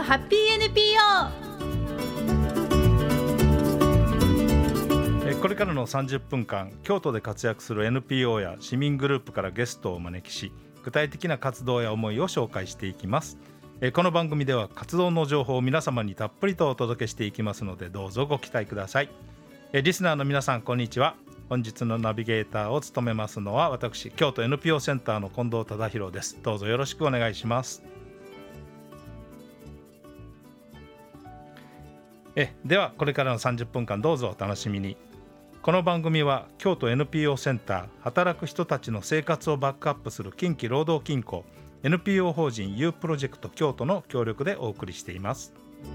ハッピー NPO。 これからの30分間、京都で活躍する NPO や市民グループからゲストをお招きし、具体的な活動や思いを紹介していきます。この番組では活動の情報を皆様にたっぷりとお届けしていきますので、どうぞご期待ください。リスナーの皆さん、こんにちは。本日のナビゲーターを務めますのは私、京都 NPO センターの近藤忠宏です。どうぞよろしくお願いします。ではこれからの30分間、どうぞお楽しみに。この番組は京都 NPO センター、働く人たちの生活をバックアップする近畿労働金庫 NPO 法人 U プロジェクト京都の協力でお送りしています。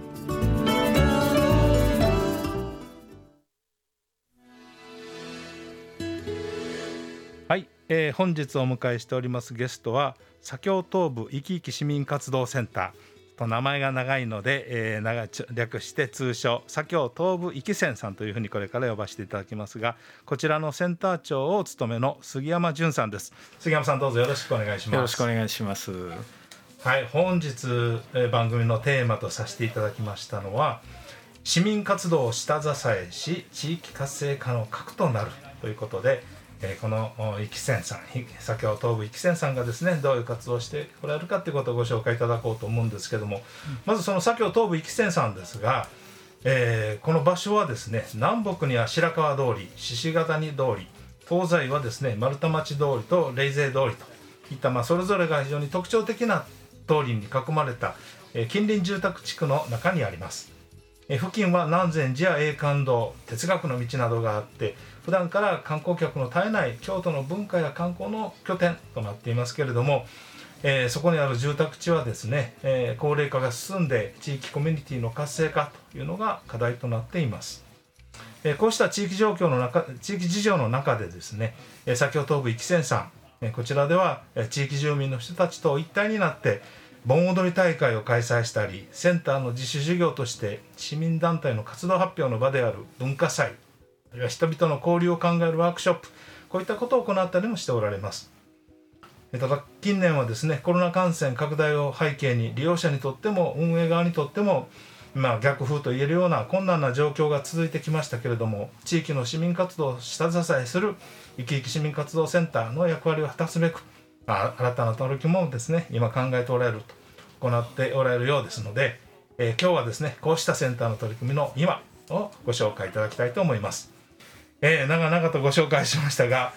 はい、本日お迎えしておりますゲストは、左京東部いきいき市民活動センターと名前が長いので、略して通称左京東部いきセンさんというふうにこれから呼ばせていただきますが、こちらのセンター長をお務めの杉山淳さんです。杉山さん、どうぞよろしくお願いします。 よろしくお願いします。 はい、本日、番組のテーマとさせていただきましたのは、市民活動を下支えし地域活性化の核となるということで、このいきせんさん、左京東部いきせんさんがですね、どういう活動をしてこられるかということをご紹介いただこうと思うんですけども、まずその左京東部いきせんさんですが、この場所はですね、南北には白川通り、獅子ヶ谷通り、東西はですね、丸太町通りと霊勢通りといった、それぞれが非常に特徴的な通りに囲まれた、近隣住宅地区の中にあります。付近は南禅寺や永観堂、哲学の道などがあって、普段から観光客の絶えない京都の文化や観光の拠点となっていますけれども、そこにある住宅地はですね、高齢化が進んで地域コミュニティの活性化というのが課題となっています。こうした地域事情の中でですね、左京東部いきせんさん、こちらでは地域住民の人たちと一体になって盆踊り大会を開催したり、センターの自主事業として市民団体の活動発表の場である文化祭、あるいは人々の交流を考えるワークショップ、こういったことを行ったりもしておられます。ただ近年はですね、コロナ感染拡大を背景に、利用者にとっても運営側にとっても、逆風といえるような困難な状況が続いてきましたけれども、地域の市民活動を下支えするいきいき市民活動センターの役割を果たすべく、新たな取り組みもですね、今考えておられると行っておられるようですので、今日はですね、こうしたセンターの取り組みの今をご紹介いただきたいと思います。長々とご紹介しましたが、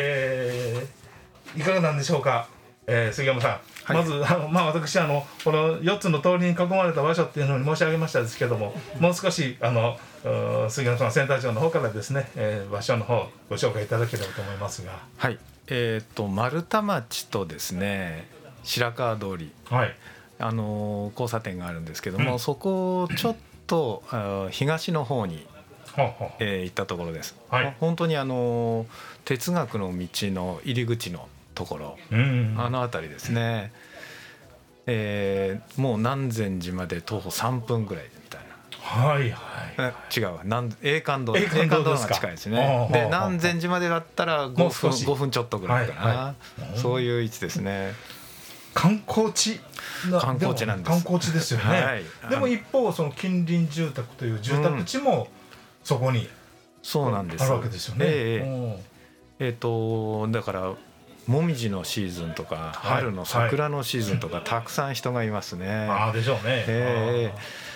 いかがなんでしょうか。杉山さん、まず私この4つの通りに囲まれた場所っていうのに申し上げましたですけども、もう少し杉山さんセンター長の方からですね、場所の方ご紹介いただければと思いますが。 はい、丸太町とですね、白川通り、はい、交差点があるんですけども、そこをちょっと東の方に行ったところです。はい、本当に哲学の道の入り口のところ、あの辺りですね。もう南禅寺まで徒歩3分ぐらいみたいな。はいはい、違う、永観堂の方が近いですね。で南禅寺までだったら5分ちょっとぐらいかな、はい、そういう位置ですね。 観光地なんです。 観光地ですよね。はい、でも一方、その近隣住宅という住宅地もそこにあるわけですよね。 だからもみじのシーズンとか、春の桜のシーズンとか、たくさん人がいますね。 でしょうね。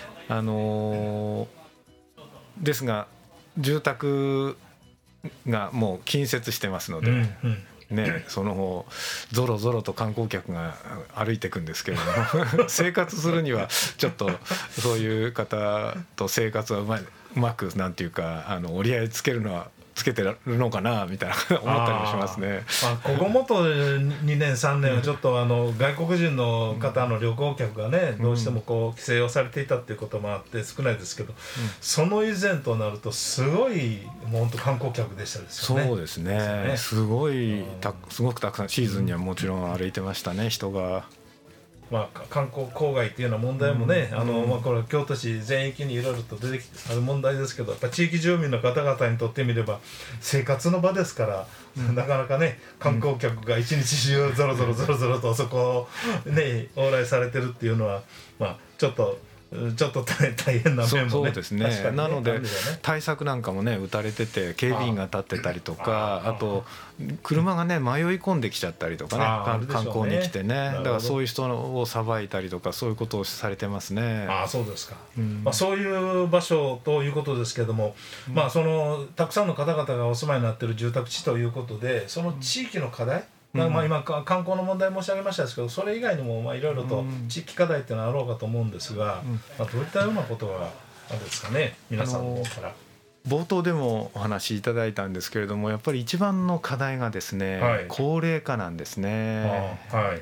ですが住宅がもう近接してますので、そのぞろぞろと観光客が歩いていくんですけれども生活するにはちょっとそういう方と生活はうまくなんていうか、折り合いつけてるのかなみたいな思ったりもしますね。 ここもと2年3年はちょっと外国人の方の旅行客がね、どうしても規制をされていたっていうこともあって少ないですけど、その以前となるとすごいもう本当観光客でしたですよね。 そうですね、すごくたくさんシーズンにはもちろん歩いてましたね、人が。 まあ、観光郊外っていうような問題もね、これ京都市全域にいろいろと出てきてある問題ですけど、やっぱ地域住民の方々にとってみれば生活の場ですから、なかなかね観光客が一日中ゾロゾロとそこをね往来されてるっていうのは、まあ、ちょっと大変な面もね。 そうですね。 確かにね、 なので、 ね、 対策なんかもね打たれてて警備員が立ってたりとか、あと車がね迷い込んできちゃったりとかね、観光に来てね、だからそういう人をさばいたりとかそういうことをされてますね。 そうですか、まあ、そういう場所ということですけども、まあ、そのたくさんの方々がお住まいになっている住宅地ということで、その地域の課題、まあ、今観光の問題申し上げましたけど、それ以外にもいろいろと地域課題っていうのはあろうかと思うんですが、まあ、どういったようなことがあるんですかね、皆さんの方から。 冒頭でもお話しいただいたんですけれども、やっぱり一番の課題がですね、高齢化なんですね。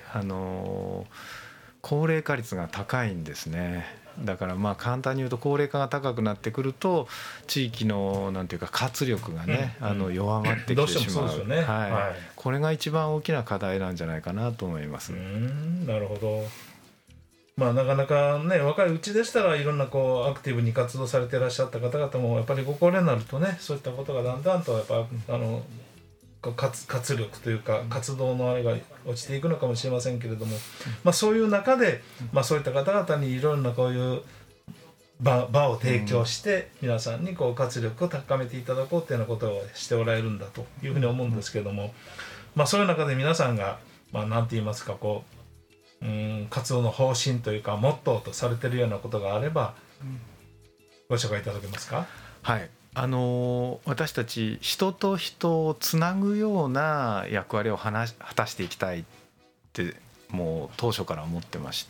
高齢化率が高いんですね。だからまあ簡単に言うと高齢化が高くなってくると地域のなんていうか活力がね、弱まってきてしまう。これが一番大きな課題なんじゃないかなと思います。 なるほど。まあ、なかなかね若いうちでしたらいろんなこうアクティブに活動されていらっしゃった方々もやっぱりご高齢になるとね、そういったことがだんだんとやっぱ活力というか活動のあれが落ちていくのかもしれませんけれども、まあ、そういう中で、まあ、そういった方々にいろんなこういう場を提供して皆さんにこう活力を高めていただこうというようなことをしておられるんだというふうに思うんですけれども、まあ、そういう中で皆さんが何て言いますかこう活動の方針というかモットーとされているようなことがあればご紹介いただけますか。 はい、私たち人と人をつなぐような役割を果たしていきたいってもう当初から思ってまして、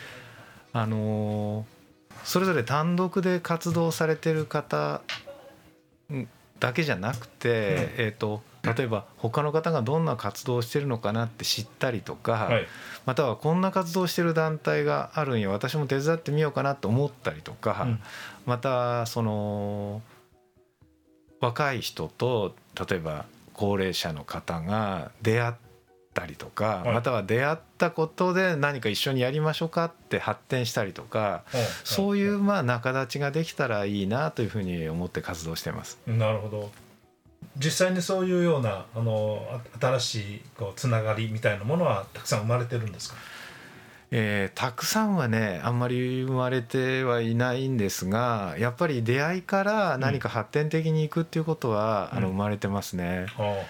それぞれ単独で活動されてる方だけじゃなくて、例えば他の方がどんな活動をしてるのかなって知ったりとか、またはこんな活動をしてる団体があるんや私も手伝ってみようかなと思ったりとか、またその若い人と例えば高齢者の方が出会ったりとか、または出会ったことで何か一緒にやりましょうかって発展したりとか、そういう仲立ちができたらいいなというふうに思って活動しています。 なるほど。実際にそういうような新しいつながりみたいなものはたくさん生まれてるんですか。 たくさんはねあんまり生まれてはいないんですが、やっぱり出会いから何か発展的にいくっていうことは、生まれてますね。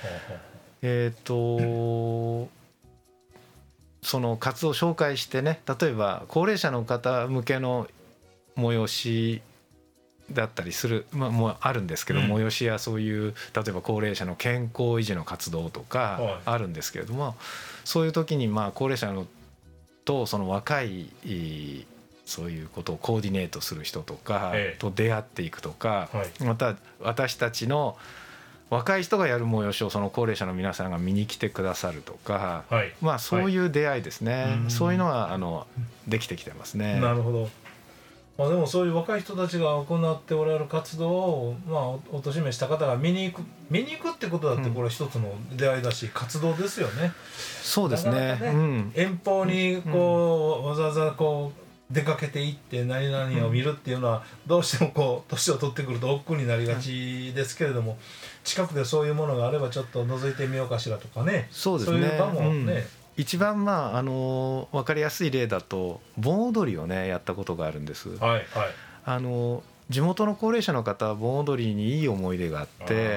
その活動を紹介してね、例えば高齢者の方向けの催しだったりする、もうあるんですけど、催しやそういう例えば高齢者の健康維持の活動とかあるんですけれども、そういう時に高齢者のとその若いそういうことをコーディネートする人とかと出会っていくとか、また私たちの若い人がやる催しをその高齢者の皆さんが見に来てくださるとか、そういう出会いですね、そういうのはできてきてますね。 なるほど。でもそういう若い人たちが行っておられる活動を、お年めした方が見に行くってことだってこれ一つの出会いだし、活動ですよね。 そうですね。 遠方にわざわざ出かけていって何々を見るっていうのはどうしても年を取ってくると億劫になりがちですけれども、近くでそういうものがあればちょっと覗いてみようかしらとかね。 そうですね。 そういう場もね。 一番分かりやすい例だと盆踊りをねやったことがあるんです。地元の高齢者の方は盆踊りにいい思い出があって、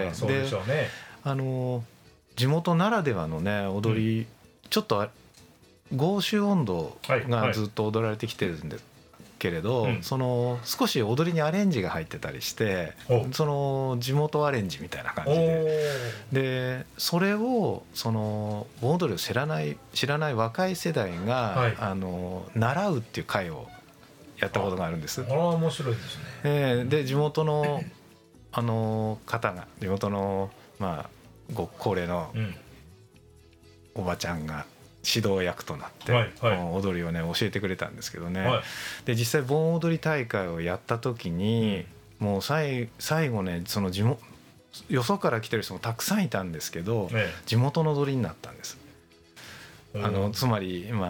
そうでしょうね。 地元ならではのね踊り、ちょっと豪州音頭がずっと踊られてきてるんですけれど、その少し踊りにアレンジが入ってたりして、その地元アレンジみたいな感じで、それをその盆踊りを知らない若い世代が、習うっていう会をやったことがあるんです。 面白いですね。 で地元の方が地元のご高齢のおばちゃんが指導役となって、踊りをね教えてくれたんですけどね、で実際盆踊り大会をやった時に、もう最後ねそのよそから来てる人もたくさんいたんですけど、地元の踊りになったんです。つまり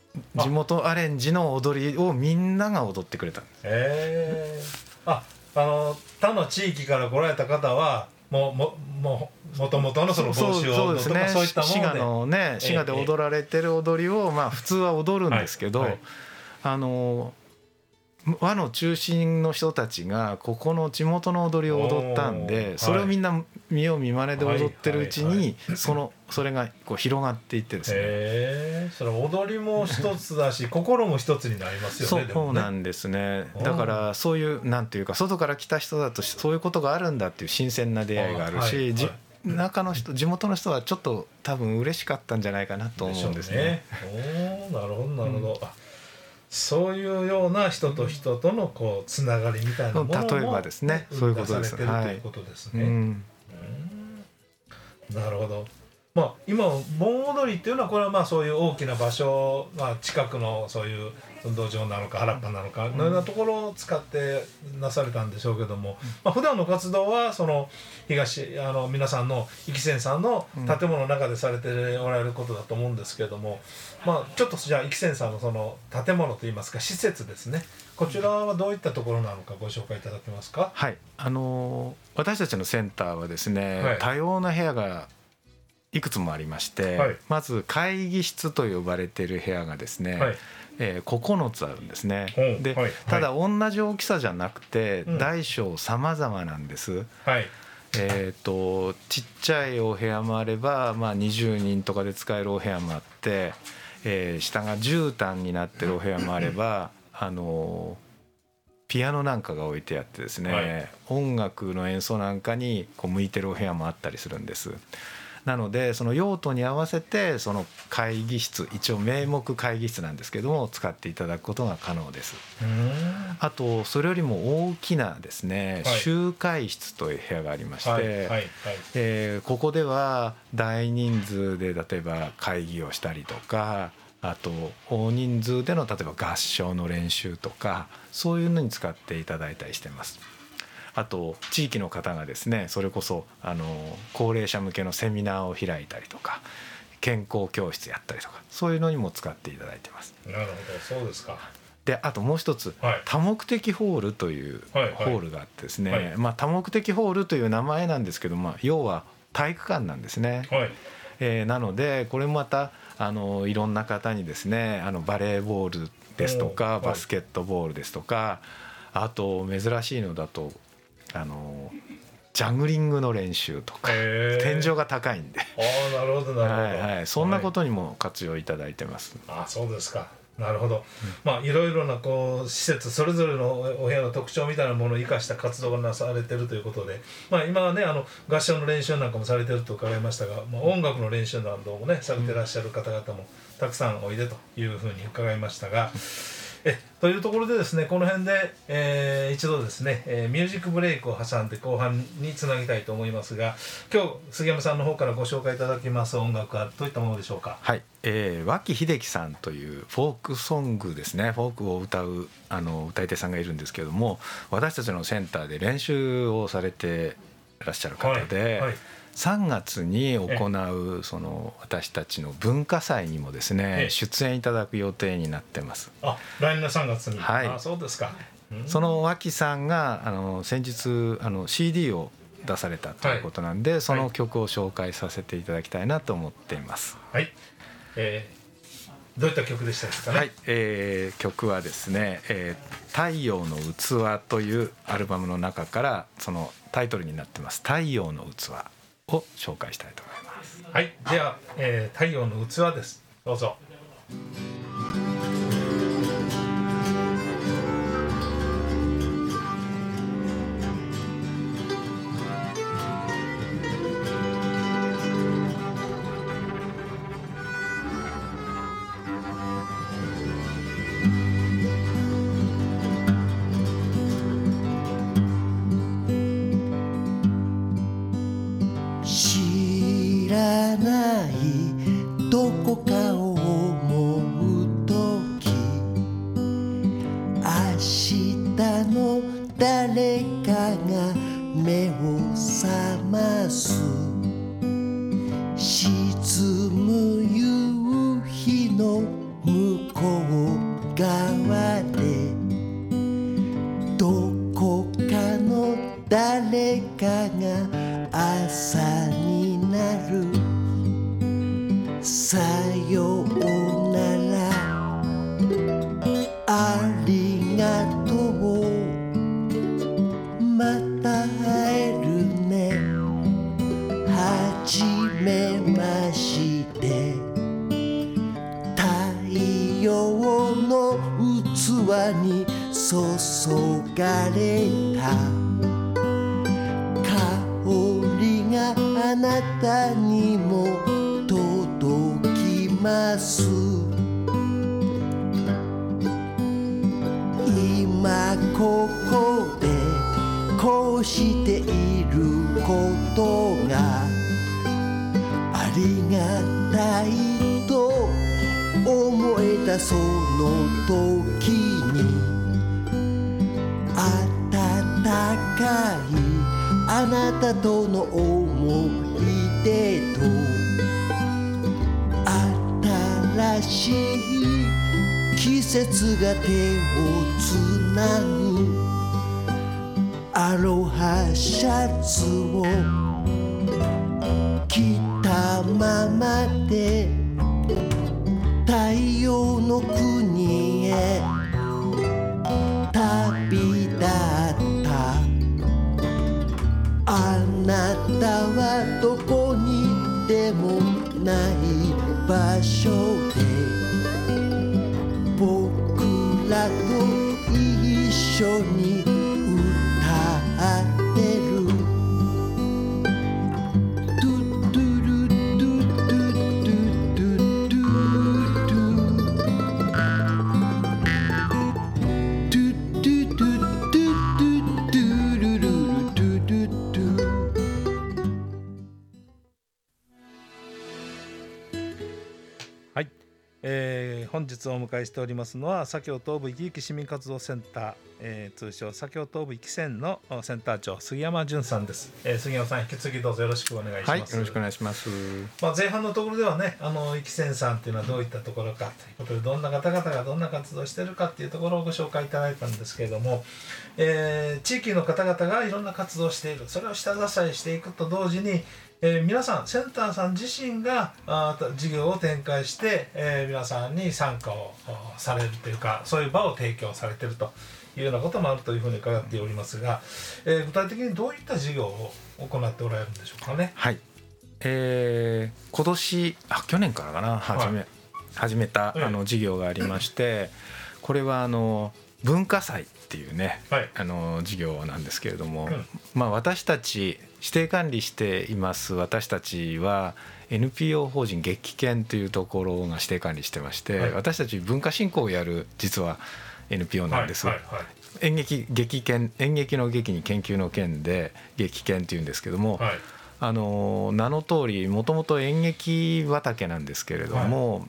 地元アレンジの踊りをみんなが踊ってくれたんです。 他の地域から来られた方はもともとのその帽子をそうですね、 そういったもので滋賀のね、滋賀で踊られてる踊りをまあ普通は踊るんですけど、和の中心の人たちがここの地元の踊りを踊ったんで、それをみんな見よう見まねで踊ってるうちにそれがこう広がっていってですね、 それ踊りも一つだし心も一つになりますよね。 そうなんですね。だからそういうなんていうか、外から来た人だとそういうことがあるんだっていう新鮮な出会いがあるし、中の人、地元の人はちょっと多分嬉しかったんじゃないかなと思うんですね。 なるほどなるほど、そういうような人と人とのこうつながりみたいなものも例えばですね、そういうことです。 ということですね。なるほど。今盆踊りっていうのはこれはそういう大きな場所、近くのそういう運動場なのか原っぱなのかのようなところを使ってなされたんでしょうけども、普段の活動はその皆さんの壱岐泉さんの建物の中でされておられることだと思うんですけれども、ちょっとじゃあ壱岐泉さんのその建物といいますか施設ですね、こちらはどういったところなのかご紹介いただけますか。 はい、私たちのセンターはですね、多様な部屋がいくつもありまして、まず会議室と呼ばれている部屋がですね、9つあるんですね。で、ただ同じ大きさじゃなくて大小様々なんです。ちっちゃいお部屋もあれば、20人とかで使えるお部屋もあって、下が絨毯になってるお部屋もあれば、ピアノなんかが置いてあってですね、音楽の演奏なんかにこう向いてるお部屋もあったりするんです。なのでその用途に合わせてその会議室、一応名目会議室なんですけども使っていただくことが可能です。あとそれよりも大きなですね、集会室という部屋がありまして、ここでは大人数で例えば会議をしたりとか、あと大人数での例えば合唱の練習とか、そういうのに使っていただいたりしてます。あと地域の方がですね、それこそ高齢者向けのセミナーを開いたりとか、健康教室やったりとか、そういうのにも使っていただいてます。 なるほど、そうですか。 で、あともう一つ、多目的ホールというホールがあってですね、多目的ホールという名前なんですけど、要は体育館なんですね。なのでこれもまたいろんな方にですね、バレーボールですとかバスケットボールですとか、あと珍しいのだとジャグリングの練習とか、天井が高いんで、 なるほどなるほど、 そんなことにも活用いただいてます。 そうですか。なるほど。いろいろなこう施設それぞれのお部屋の特徴みたいなものを生かした活動がなされているということで、今はね合唱の練習なんかもされていると伺いましたが、音楽の練習などもねされていらっしゃる方々もたくさんおいでというふうに伺いましたが、というところでですね、この辺で、一度ですね、ミュージックブレイクを挟んで後半につなぎたいと思いますが、今日杉山さんの方からご紹介いただきます音楽はどういったものでしょうか。 はい、脇秀樹さんというフォークソングですね、フォークを歌う歌い手さんがいるんですけども、私たちのセンターで練習をされていらっしゃる方で、3月に行うその私たちの文化祭にもですね、出演いただく予定になってます。 来年の3月に。そうですか。 その脇さんが先日CD を出されたということなんで、その曲を紹介させていただきたいなと思っています。 どういった曲でしたですかね。 曲はですね、太陽の器というアルバムの中から、そのタイトルになってます太陽の器を紹介したいと思います。 では、太陽の器です。どうぞ。 知らないどこかを思うとき、明日の誰かが目を覚ます沈む夕日の向こでどこかの誰かが朝になるさようならありがとうまた会えるねはじめまして太陽の器に注がれた香りがあなたにも届きます今ここでこうしていることがありがたいと思えたその時に温かいあなたとの思い出と新しい季節が手をつなぐアロハシャツを着たままで太陽の国へ旅立ったあなたはどこにでもない場所で僕らと一緒に歌ってるドゥドゥルドゥドゥドゥドゥドゥドゥドゥドゥドゥドゥドゥドゥルルルドゥドゥドゥはい、本日お迎えしておりますのは左京東部生き生き市民活動センター、通称左京東部生きセンのセンター長杉山淳さんです、杉山さん引き継ぎどうぞよろしくお願いします。 はい、よろしくお願いします。 前半のところではね生きセンさんっていうのはどういったところかということでどんな方々がどんな活動をしているかっていうところをご紹介いただいたんですけれども、地域の方々がいろんな活動をしているそれを下支えしていくと同時に皆さんセンターさん自身が事業を展開して、皆さんに参加をされるというかそういう場を提供されているというようなこともあるというふうに伺っておりますが、具体的にどういった事業を行っておられるんでしょうかね。はい、 今年去年からかな始めた事業がありましてこれは文化祭っていうね、事業なんですけれども、私たち指定管理しています私たちは NPO 法人劇研というところが指定管理してまして、私たち文化振興をやる実は NPO なんです。演劇の劇に研究の研で劇研っていうんですけども、名の通りもともと演劇畑なんですけれども、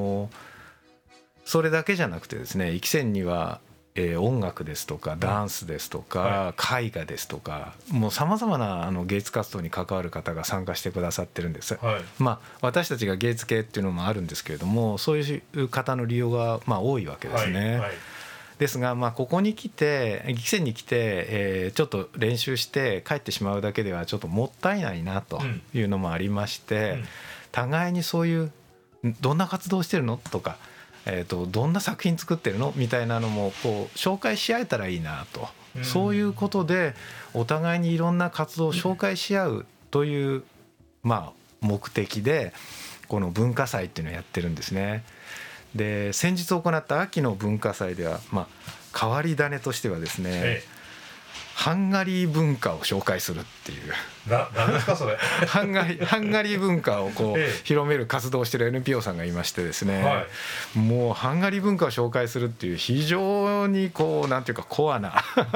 それだけじゃなくてですね生きには音楽ですとかダンスですとか絵画ですとかもうさまざまな芸術活動に関わる方が参加してくださってるんです。私たちが芸術系っていうのもあるんですけれどもそういう方の利用が多いわけですね。ですがここに来て岐阜県に来てちょっと練習して帰ってしまうだけではちょっともったいないなというのもありまして互いにそういうどんな活動してるのとかどんな作品作ってるのみたいなのもこう紹介し合えたらいいなと、そういうことでお互いにいろんな活動を紹介し合うという目的でこの文化祭っていうのをやってるんですね。で先日行った秋の文化祭では変わり種としてはですね、ハンガリー文化を紹介するっていう何ですかそれハンガリー文化をこう広める活動をしている NPO さんがいましてですね、もうハンガリー文化を紹介するっていう非常にこうなんていうかコアな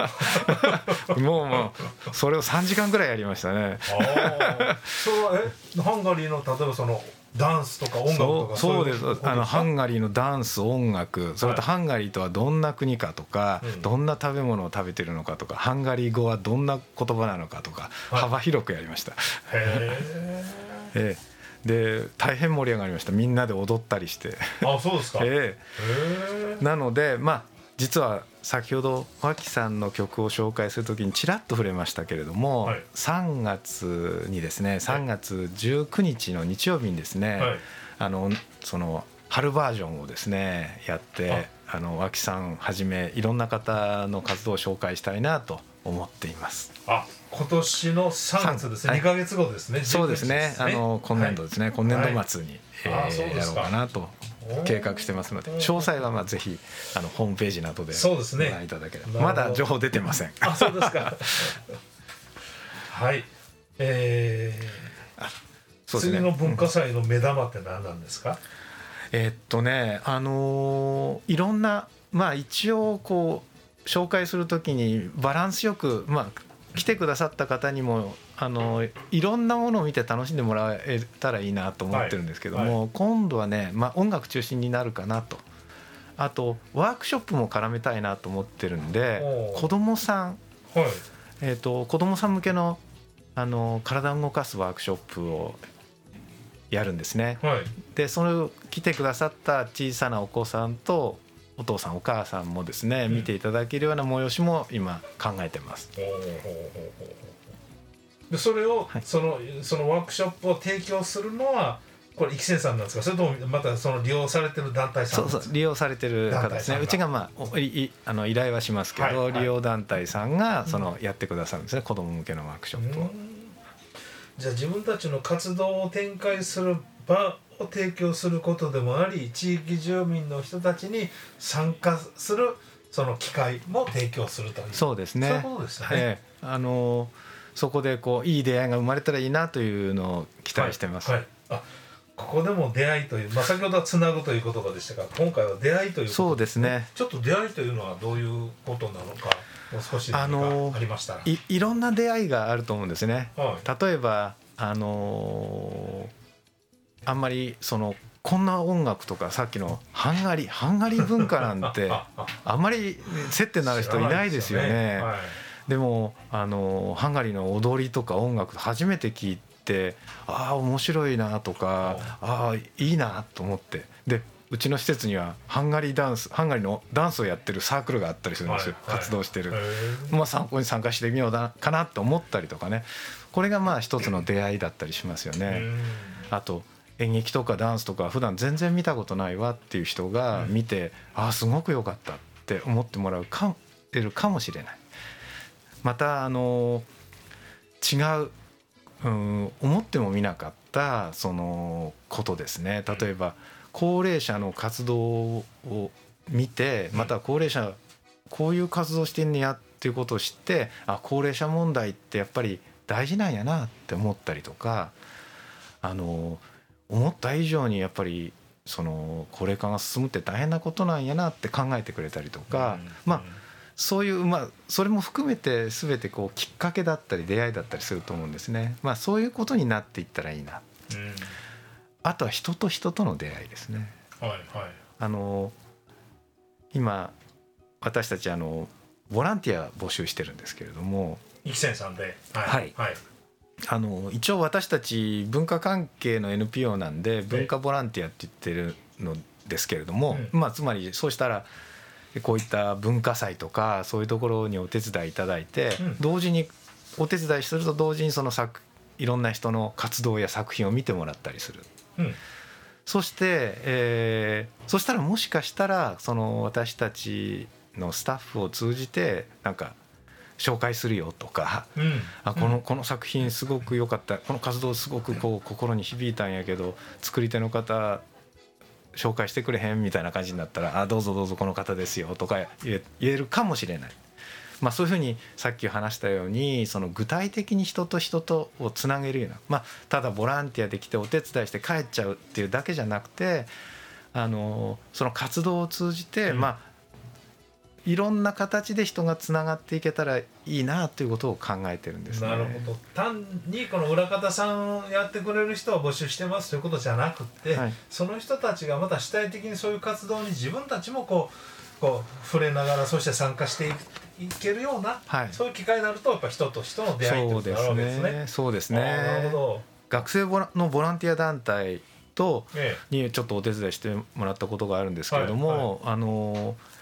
もうそれを3時間ぐらいやりましたね。 それはハンガリーの例えばそのダンスとか音楽とかそうです。ハンガリーのダンス音楽それとハンガリーとはどんな国かとか、どんな食べ物を食べてるのかとかハンガリー語はどんな言葉なのかとか、幅広くやりました。で大変盛り上がりました。みんなで踊ったりしてそうですか。 なので実は先ほど脇さんの曲を紹介するときにちらっと触れましたけれども、 はい、 3月にですね、3月19日の日曜日にですね、はい、その春バージョンをですねやって、脇さんはじめいろんな方の活動を紹介したいなと思っています。 あ、今年の3月ですね、はい、2ヶ月後ですね。 そうですね、今年度ですね、はい、今年度末に、やろうかなと計画してますので、詳細はまあぜひホームページなどでご覧いただければ、まだ情報出てません。 あ、そうですか。はい、次の文化祭の目玉って何なんですか？ いろんな、まあ一応こう紹介するときにバランスよく、まあ来てくださった方にもいろんなものを見て楽しんでもらえたらいいなと思ってるんですけども、はいはい、今度はね、まあ、音楽中心になるかなと、あとワークショップも絡めたいなと思ってるんで、子どもさん、はい、子どもさん向けの、体を動かすワークショップをやるんですね、はい、でそれを来てくださった小さなお子さんとお父さんお母さんもですね、見ていただけるような催しも今考えてます。 でそれを、はい、そのワークショップを提供するのはこれ生さんなんですか、それともまたその利用されてる団体さんですか？ そう利用されてる方ですね。うちがまあ依頼はしますけど、はいはい、利用団体さんがやってくださるんですね、子ども向けのワークショップを。 じゃあ自分たちの活動を展開する場を提供することでもあり、地域住民の人たちに参加するその機会も提供するという、 そうですね、 そういうことですね。 そこでこういい出会いが生まれたらいいなというのを期待してます。 はいはい、ここでも出会いという、先ほどはつなぐという言葉でしたが、今回は出会いということ、 そうですね。 ちょっと出会いというのはどういうことなのか、もう少し何かありましたら。 いろんな出会いがあると思うんですね。はい、例えばあんまりこんな音楽とか、さっきのハンガリー文化なんてあんまり接点のある人いないですよね。はい、でもハンガリーの踊りとか音楽初めて聞いて、面白いなとか、いいなと思って、でうちの施設にはハンガリーのダンスをやってるサークルがあったりするんですよ、はいはい、活動してる、参考に参加してみようかなと思ったりとかね、これがまあ一つの出会いだったりしますよね。あと演劇とかダンスとか普段全然見たことないわっていう人が見て、すごく良かったって思ってもらうかもしれない。また違う、思ってもみなかったそのことですね。例えば高齢者の活動を見て、また高齢者こういう活動してんねやっていうことを知って、高齢者問題ってやっぱり大事なんやなって思ったりとか、思った以上にやっぱり高齢化が進むって大変なことなんやなって考えてくれたりとか、そういう、それも含めて全てこうきっかけだったり出会いだったりすると思うんですね。そういうことになっていったらいいな。あとは人と人との出会いですね。はいはい、今私たちボランティア募集してるんですけれども、 生鮮さんで、はいはいはい、一応私たち文化関係の NPO なんで文化ボランティアって言ってるのですけれども、つまりそうしたらこういった文化祭とかそういうところにお手伝いいただいて、同時にお手伝いすると同時にいろんな人の活動や作品を見てもらったりする。そして、そしたらもしかしたら私たちのスタッフを通じてなんか紹介するよとか、この作品すごく良かった、この活動すごくこう心に響いたんやけど作り手の方紹介してくれへんみたいな感じになったら、どうぞどうぞこの方ですよとか言えるかもしれない。そういうふうにさっき話したように具体的に人と人とをつなげるような、ただボランティアで来てお手伝いして帰っちゃうっていうだけじゃなくて、その活動を通じて、いろんな形で人がつながっていけたらいいなということを考えてるんですね。 なるほど。単にこの裏方さんやってくれる人を募集してますということじゃなくて、その人たちがまた主体的にそういう活動に自分たちもこう触れながら、そして参加していけるような、そういう機会になるとやっぱ人と人の出会いということになるわけですね。 そうですね。なるほど。学生のボランティア団体にちょっとお手伝いしてもらったことがあるんですけれども、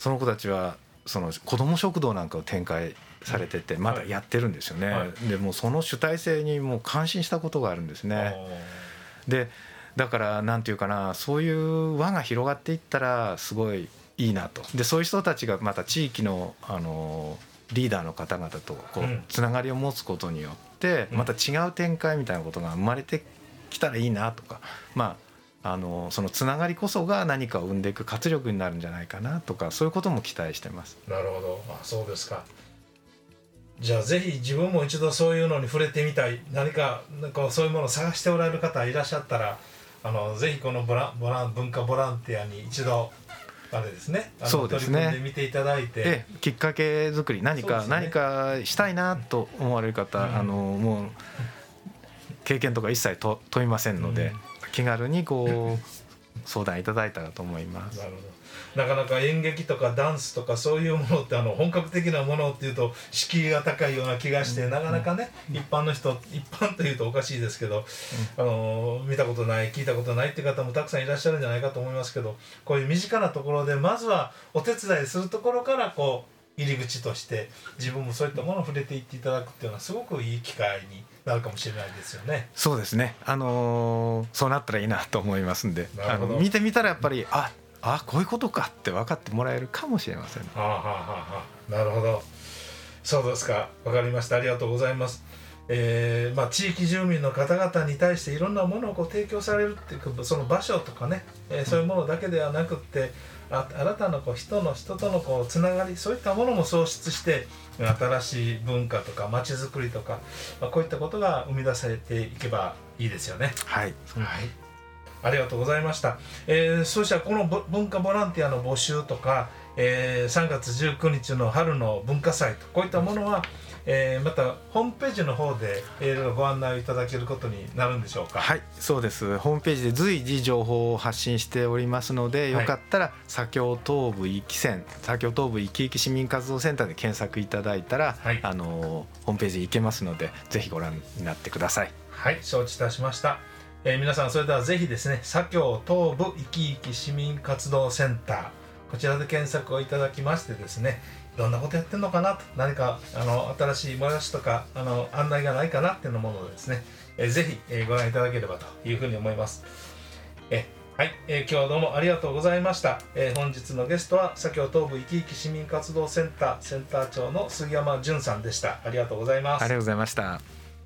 その子たちはその子ども食堂なんかを展開されててまだやってるんですよね、はい、でもうその主体性にもう感心したことがあるんですね。でだからなんていうかな、そういう輪が広がっていったらすごいいいなと。でそういう人たちがまた地域の、リーダーの方々とこうつながりを持つことによってまた違う展開みたいなことが生まれてきたらいいなとか、そのつながりこそが何かを生んでいく活力になるんじゃないかなとか、そういうことも期待してます。 なるほど、そうですか。じゃあぜひ自分も一度そういうのに触れてみたい、何かそういうものを探しておられる方いらっしゃったらぜひこの文化ボランティアに一度あれですね、 そうですね、 取り組んでみていただいて、 きっかけ作り何かしたいなと思われる方、もう経験とか一切問いませんので、気軽にこう相談いただいたらと思います。 なるほど。なかなか演劇とかダンスとかそういうものって本格的なものっていうと敷居が高いような気がして、なかなかね、一般というとおかしいですけど、見たことない聞いたことないって方もたくさんいらっしゃるんじゃないかと思いますけど、こういう身近なところでまずはお手伝いするところからこう入り口として自分もそういったものを触れていっていただくっていうのはすごくいい機会になるかもしれないですよね。 そうですね、そうなったらいいなと思いますんで、見てみたらやっぱりこういうことかって分かってもらえるかもしれません。 なるほど、そうですか、分かりました、ありがとうございます。地域住民の方々に対していろんなものを提供されるっていうその場所とかね、そういうものだけではなくって新たな人とのつながり、そういったものも創出して新しい文化とか街づくりとか、こういったことが生み出されていけばいいですよね。 はい、 ありがとうございました。そしたらこの文化ボランティアの募集とか、3月19日の春の文化祭とこういったものは、またホームページの方でいろいろご案内をいただけることになるんでしょうか。 はい、そうです。ホームページで随時情報を発信しておりますので、よかったら左京東部壱岐市民活動センターで検索いただいたら、ホームページ行けますので、ぜひご覧になってください。 はい、承知いたしました。皆さんそれではぜひですね、左京東部壱岐市民活動センター、こちらで検索をいただきましてですね、どんなことやってるのかなと、何か新しい催しとか案内がないかなっていうものをですね、ぜひご覧いただければというふうに思います。はい、今日はどうもありがとうございました。本日のゲストは左京東部壱岐市民活動センターセンター長の杉山淳さんでした。ありがとうございます。 ありがとうございました。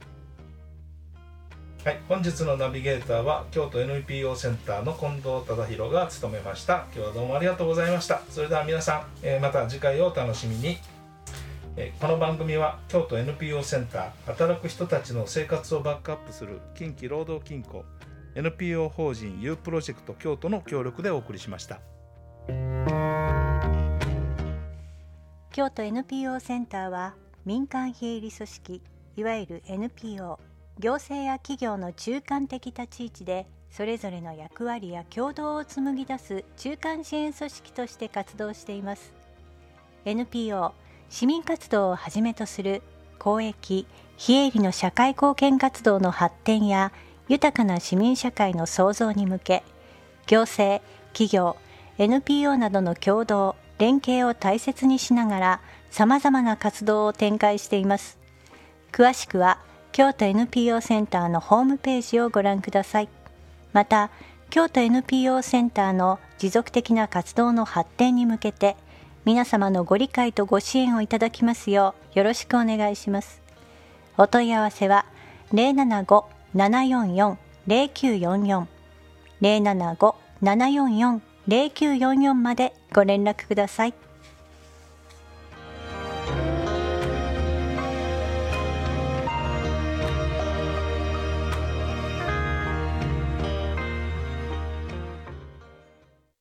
はい、本日のナビゲーターは京都 NPO センターの近藤忠宏が務めました。今日はどうもありがとうございました。それでは皆さん、また次回をお楽しみに。この番組は京都 NPO センター、働く人たちの生活をバックアップする近畿労働金庫 NPO 法人 U プロジェクト京都の協力でお送りしました。 京都 NPO センターは民間非営利組織、いわゆる NPO、行政や企業の中間的立ち位置でそれぞれの役割や共同を紡ぎ出す中間支援組織として活動しています。 NPO 市民活動をはじめとする公益・非営利の社会貢献活動の発展や豊かな市民社会の創造に向け、行政・企業・NPO などの共同・連携を大切にしながらさまざまな活動を展開しています。詳しくは京都 NPO センターのホームページをご覧ください。また、京都 NPO センターの持続的な活動の発展に向けて、皆様のご理解とご支援をいただきますようよろしくお願いします。お問い合わせは 075-744-0944 075-744-0944までご連絡ください。